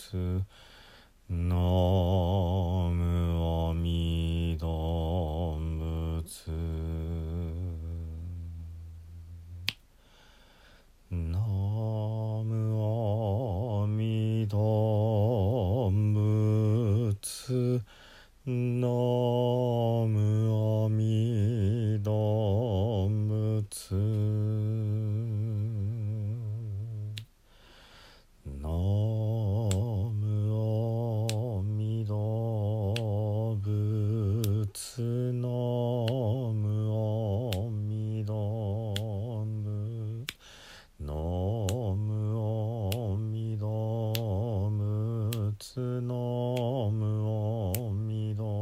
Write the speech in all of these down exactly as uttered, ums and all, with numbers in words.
仏ナムアミダ仏ナムアミダ仏ナムアミダ仏ナムアミダ仏ナムアミダ仏ナムアミダ仏ナムアミダ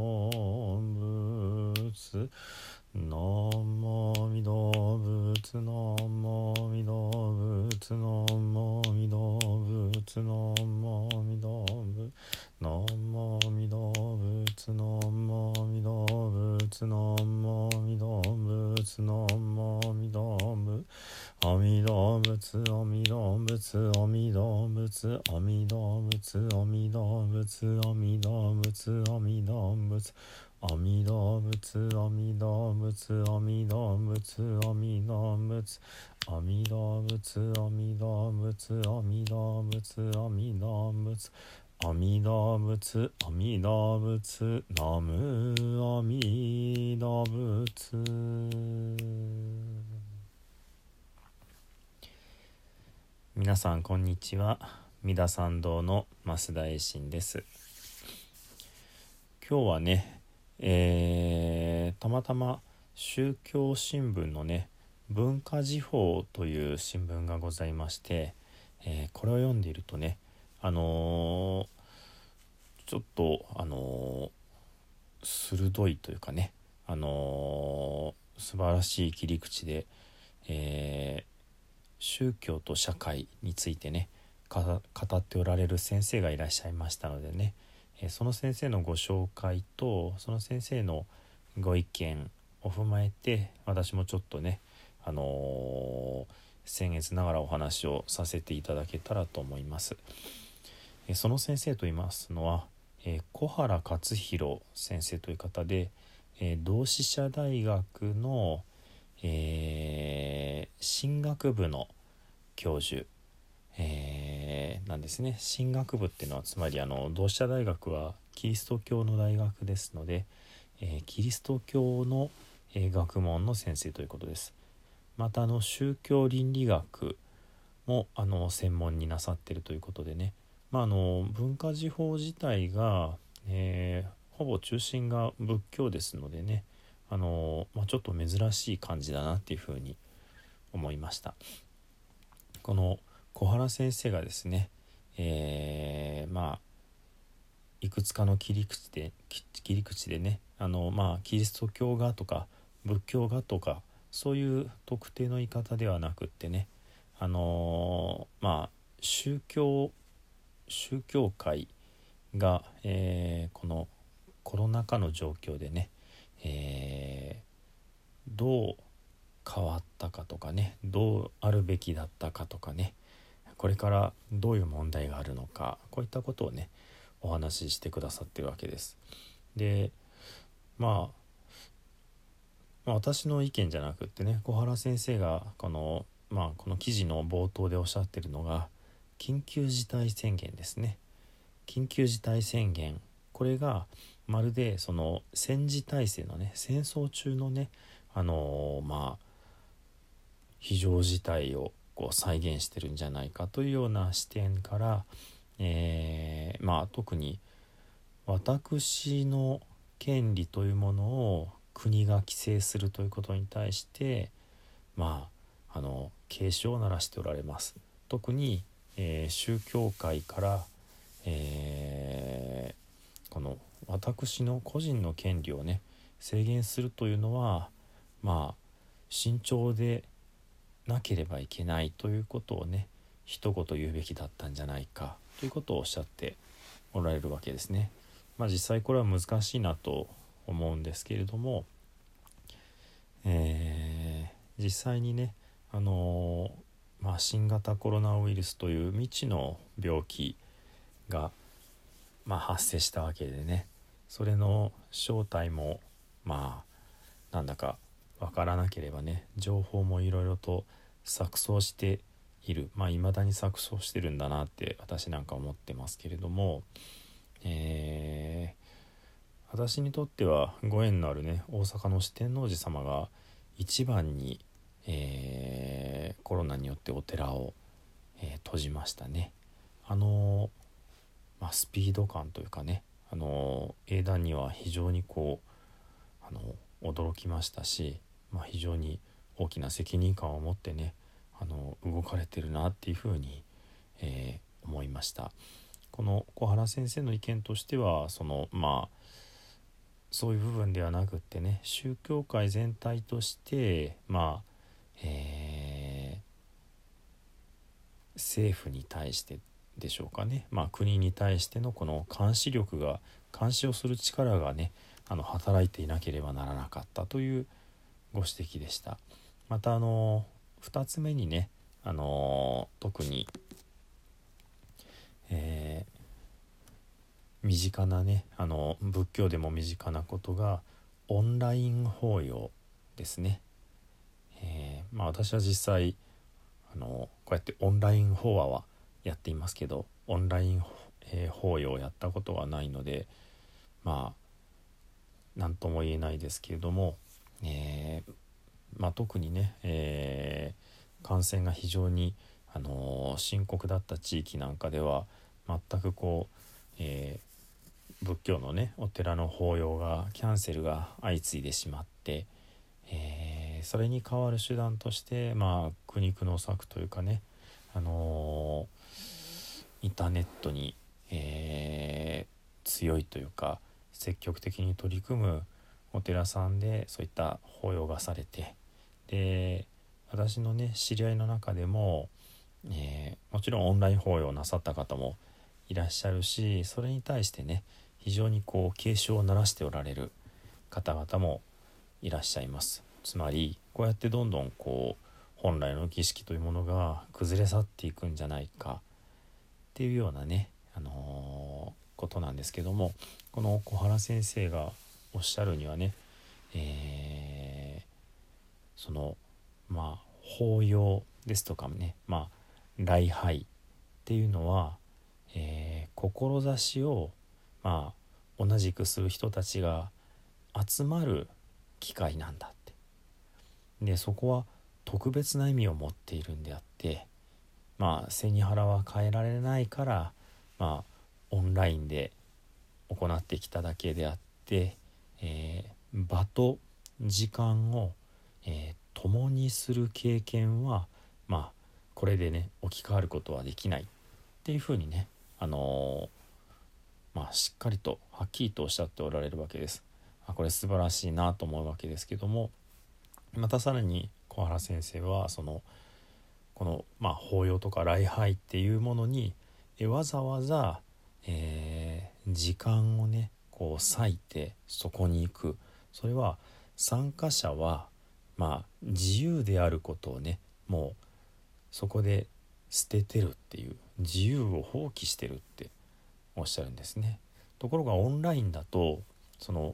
仏ナムアミダ仏ナムアミダ仏ナムアミダ仏ナムアミダ仏ナムアミダ仏ナムアミダ仏ナムアミダ仏ナムアミダ仏阿弥陀仏阿弥陀仏阿弥陀仏阿弥陀仏阿弥陀仏阿弥陀仏阿弥陀仏阿弥陀仏阿弥陀仏阿弥陀仏阿弥陀仏阿弥陀仏阿弥陀仏阿弥陀仏阿弥陀仏阿弥陀仏阿弥陀仏ナムアミダ仏。皆さんこんにちは。三田参道の増田栄信です。今日はね、えー、たまたま宗教新聞のね文化時報という新聞がございまして、えー、これを読んでいるとねあのー、ちょっとあのー、鋭いというかねあのー、素晴らしい切り口で、えー、宗教と社会についてね語っておられる先生がいらっしゃいましたのでね、えー、その先生のご紹介とその先生のご意見を踏まえて私もちょっとねあのー、先月ながらお話をさせていただけたらと思います。えー、その先生と言いますのは、えー、小原克弘先生という方で、えー、同志社大学の、えー、神学部の教授、えー、なんですね。神学部っていうのはつまりあの同志社大学はキリスト教の大学ですので、えー、キリスト教の、えー、学問の先生ということです。またあの宗教倫理学もあの専門になさっているということでね、まあ、あの文化時報自体が、えー、ほぼ中心が仏教ですのでねあの、まあ、ちょっと珍しい感じだなっていうふうに思いました。この小原先生がですね、えー、まあいくつかの切り口で切り口でねあの、まあ、キリスト教画とか仏教画とかそういう特定の言い方ではなくってねあのー、まあ宗教宗教界が、えー、このコロナ禍の状況でね、えー、どう変わったかとかねどうあるべきだったかとかねこれからどういう問題があるのかこういったことをねお話ししてくださってるわけです。で、まあ、まあ私の意見じゃなくってね小原先生がこの、まあ、この記事の冒頭でおっしゃってるのが緊急事態宣言ですね。緊急事態宣言これがまるでその戦時体制のね戦争中のねあのー、まあ非常事態をこう再現してるんじゃないかというような視点から、えー、まあ特に私の権利というものを国が規制するということに対してまああの警鐘を鳴らしておられます。特に、えー、宗教界から、えー、この私の個人の権利をね制限するというのはまあ慎重でなければいけないということをね一言言うべきだったんじゃないかということをおっしゃっておられるわけですね。まあ実際これは難しいなと思うんですけれども、えー、実際にねあのーまあ、新型コロナウイルスという未知の病気が、 まあ、発生したわけでね、それの正体もまあなんだかわからなければね、情報もいろいろと錯綜している、まあ未だに錯綜してるんだなって私なんか思ってますけれども、えー私にとってはご縁のあるね大阪の四天王寺様が一番に、えーコロナによってお寺を、えー閉じましたね。あのーまあ、スピード感というかね、あのー英断には非常にこう、あのー驚きましたし、まあ、非常に大きな責任感を持ってね、あのー動かれてるなっていうふうに、えー思いました。この小原先生の意見としては、そのまあそういう部分ではなくってね、宗教界全体としてまあ、えー政府に対してでしょうかね、まあ、国に対してのこの監視力が監視をする力がね、あの働いていなければならなかったというご指摘でした。またあのふたつめにね、あの特に、えー身近なね、あの仏教でも身近なことがオンライン法要ですね。えーまあ、私は実際あのこうやってオンライン法話はやっていますけど、オンライン、えー法要をやったことがないので、まあ何とも言えないですけれども、えーまあ、特にね、えー感染が非常に、あのー深刻だった地域なんかでは全くこう、えー仏教のねお寺の法要がキャンセルが相次いでしまって、えーそれに代わる手段としてまあ苦肉の策というかね、あのーインターネットに、えー強いというか積極的に取り組むお寺さんでそういった法要がされて、で私のね知り合いの中でも、えーもちろんオンライン法要をなさった方もいらっしゃるし、それに対してね非常にこう警鐘を鳴らしておられる方々もいらっしゃいます。つまりこうやってどんどんこう本来の儀式というものが崩れ去っていくんじゃないかっていうようなね、あのーことなんですけども、この小原先生がおっしゃるにはね、えーそのまあ法要ですとかね、まあ礼拝っていうのは、えー志をまあ同じくする人たちが集まる機会なんだって。でそこは特別な意味を持っているんであって、まあ背に腹は変えられないから、まあオンラインで行ってきただけであって、えー場と時間を、えー共にする経験はまあこれでね置き換わることはできないっていうふうにね、あのーまあしっかりとはっきりとおっしゃっておられるわけです。あ、これ素晴らしいなと思うわけですけども、またさらに小原先生はそのこの、まあ、法要とか礼拝っていうものにえわざわざ、えー時間をねこう割いてそこに行く、それは参加者はまあ自由であることをねもうそこで捨ててるっていう、自由を放棄してるっておっしゃるんですね。ところがオンラインだとその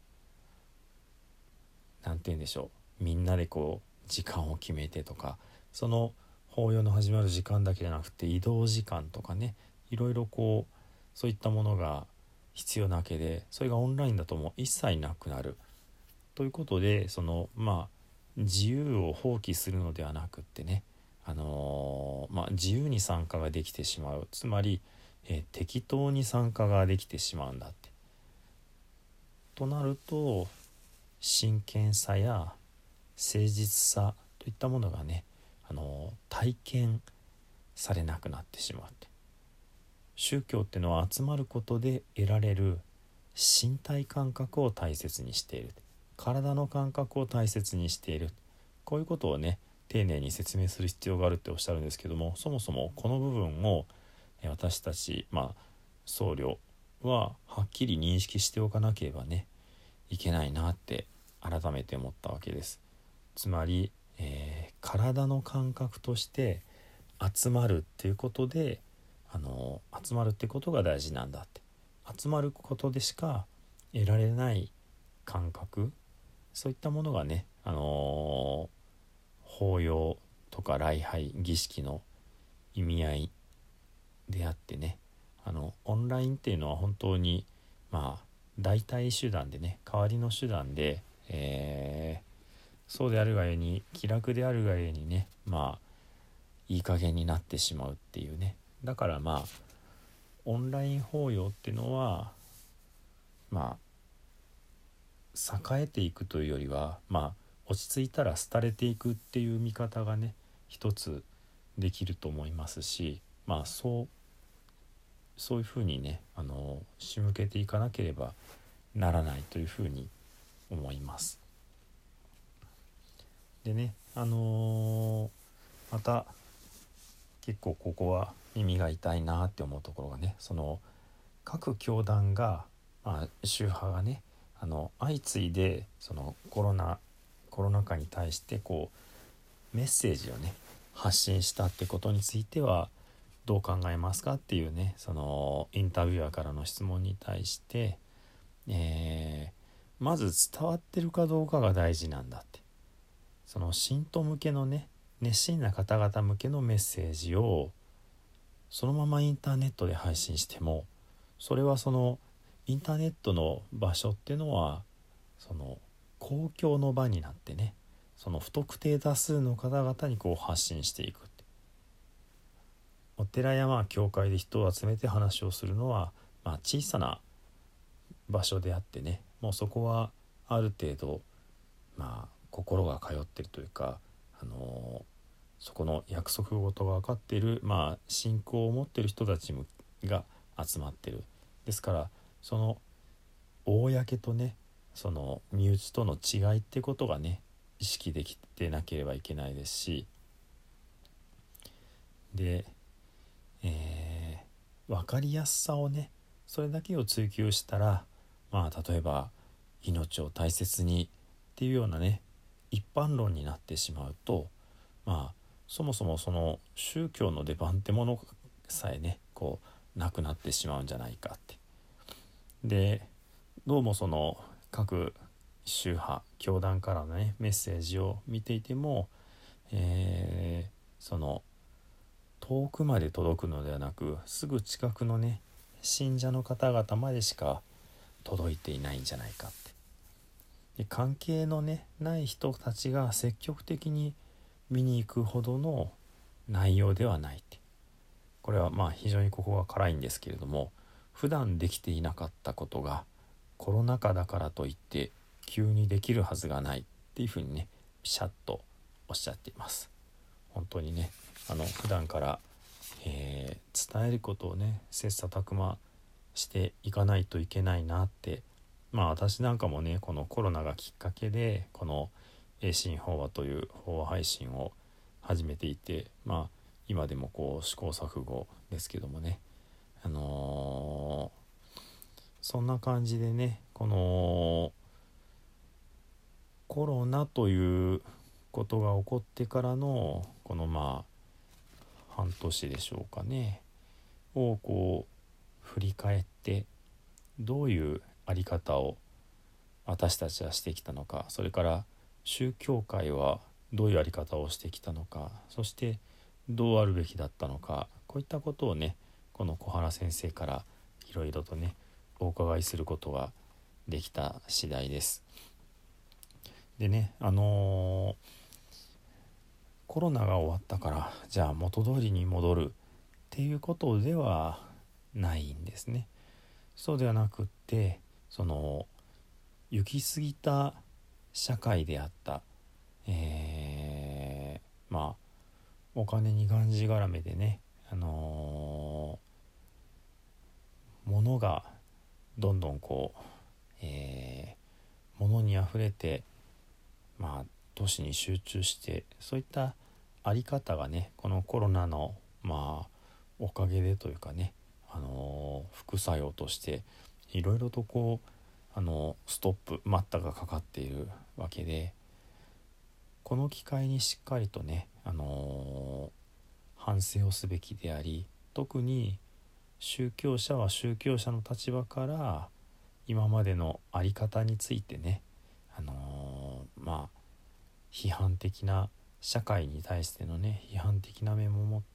なんて言うんでしょう、みんなでこう時間を決めてとか、その法要の始まる時間だけじゃなくて移動時間とかね、いろいろこうそういったものが必要なわけで、それがオンラインだともう一切なくなるということで、そのまあ自由を放棄するのではなくってね、あのーまあ、自由に参加ができてしまう、つまり、えー適当に参加ができてしまうんだってとなると、真剣さや誠実さといったものがね、あの体験されなくなってしまうって。宗教っていうのは集まることで得られる身体感覚を大切にしている、体の感覚を大切にしている、こういうことをね丁寧に説明する必要があるっておっしゃるんですけども、そもそもこの部分を私たち、まあ僧侶ははっきり認識しておかなければねいけないなって改めて思ったわけです。つまり、えー体の感覚として集まるっていうことで、あの集まるってことが大事なんだって。 集まることでしか得られない感覚、そういったものがね、あのー、法要とか礼拝儀式の意味合いであってね、あのオンラインっていうのは本当にまあ代替手段でね、代わりの手段で、えー、そうであるがゆえに気楽であるがゆえにね、まあいい加減になってしまうっていうね。だからまあオンライン法要っていうのはまあ栄えていくというよりは、まあ落ち着いたら廃れていくっていう見方がね一つできると思いますし、まあそうそういうふうにね、あの仕向けていかなければならないというふうに思います。でね、あのーまた結構ここは耳が痛いなって思うところがね、その各教団が、まあ、宗派がね、あの相次いでそのコロナコロナ禍に対してこうメッセージをね発信したってことについてはどう考えますかっていうね、そのインタビュアーからの質問に対して、えー、まず伝わってるかどうかが大事なんだって、その信徒向けのね、熱心な方々向けのメッセージをそのままインターネットで配信しても、それはそのインターネットの場所っていうのはその公共の場になってね、その不特定多数の方々にこう発信していくって、お寺やまあ教会で人を集めて話をするのはまあ小さな場所であってね、もうそこはある程度まあ心が通ってるというか、あのーそこの約束事が分かっている、まあ信仰を持っている人たちが集まってる。ですからその公とね、その身内との違いってことがね意識できてなければいけないですし、で、えー、分かりやすさをね、それだけを追求したら、まあ例えば命を大切にっていうようなね一般論になってしまうと、まあそもそもその宗教の出番ってものさえねこうなくなってしまうんじゃないかって。でどうもその各宗派教団からのねメッセージを見ていても、えー、その遠くまで届くのではなく、すぐ近くのね信者の方々までしか届いていないんじゃないかって。で関係のねない人たちが積極的に見に行くほどの内容ではないって。これはまあ非常にここが辛いんですけれども、普段できていなかったことがコロナ禍だからといって急にできるはずがないっていうふうにねピシャッとおっしゃっています。本当にね、あの普段から、えー、伝えることをね切磋琢磨していかないといけないなって。まあ私なんかもねこのコロナがきっかけでこの英進法話という法話配信を始めていて、まあ今でもこう試行錯誤ですけどもね、あのー、そんな感じでね、このコロナということが起こってからのこのまあ半年でしょうかねをこう振り返って、どういうあり方を私たちはしてきたのか、それから宗教界はどういうあり方をしてきたのか、そしてどうあるべきだったのか、こういったことをねこの小原先生からいろいろとねお伺いすることができた次第です。でね、あのー、コロナが終わったからじゃあ元通りに戻るっていうことではないんですね。そうではなくって、その行き過ぎた社会であった、えー、まあお金にがんじがらめでね、あのー、物がどんどんこう、えー、物にあふれて、まあ都市に集中して、そういったあり方がねこのコロナのまあおかげでというかね、あのー、副作用としていろいろとこうあのストップ待ったがかかっているわけで、この機会にしっかりとね、あのー、反省をすべきであり、特に宗教者は宗教者の立場から今までの在り方についてね、あのー、まあ批判的な社会に対してのね批判的な面も持って、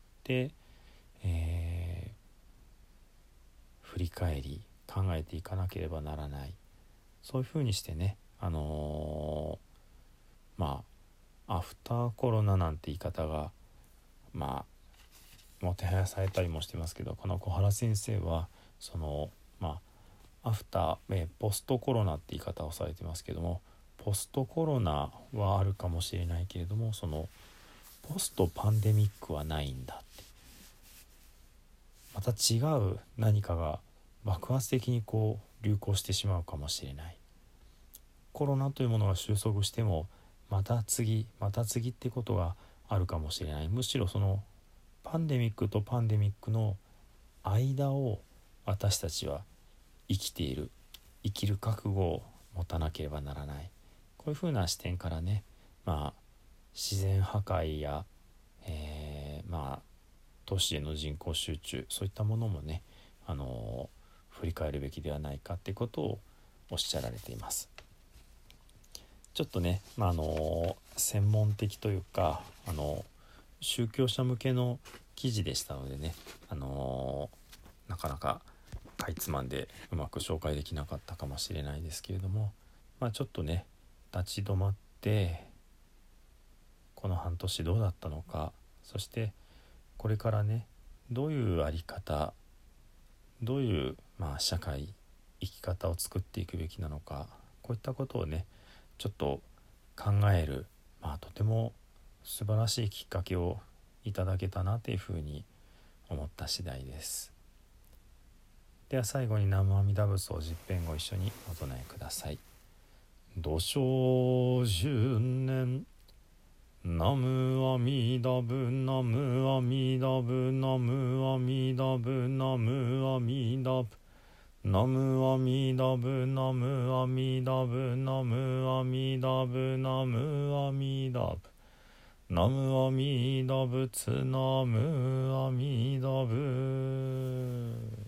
えー、振り返り考えていかなければならない、そういうふうにしてね、あのー、まあアフターコロナなんて言い方がまあもてはやされたりもしてますけど、この小原先生はそのまあアフター、えポストコロナって言い方をされてますけども、ポストコロナはあるかもしれないけれども、そのポストパンデミックはないんだって、また違う何かが爆発的にこう流行してしまうかもしれない。コロナというものが収束してもまた次また次ってことがあるかもしれない。むしろそのパンデミックとパンデミックの間を私たちは生きている、生きる覚悟を持たなければならない。こういうふうな視点からね、まあ自然破壊や、えー、まあ都市への人口集中、そういったものもね、あのー、振り返るべきではないかってことをおっしゃられています。ちょっとね、まああのー、専門的というか、あのー、宗教者向けの記事でしたのでね、あのー、なかなかかいつまんでうまく紹介できなかったかもしれないですけれども、まあちょっとね立ち止まってこの半年どうだったのか、そしてこれからねどういうあり方、どういう、まあ、社会生き方を作っていくべきなのか、こういったことをねちょっと考える、まあ、とても素晴らしいきっかけをいただけたなというふうに思った次第です。では最後に南無阿弥陀仏を十遍ご一緒にお唱えください。土生十年ナムアミダブナムアミダブナムアミダブナムアミダブナムアミダブナムアミダブナムアミダブナムアミダブナムアミダブツナムアミダブ。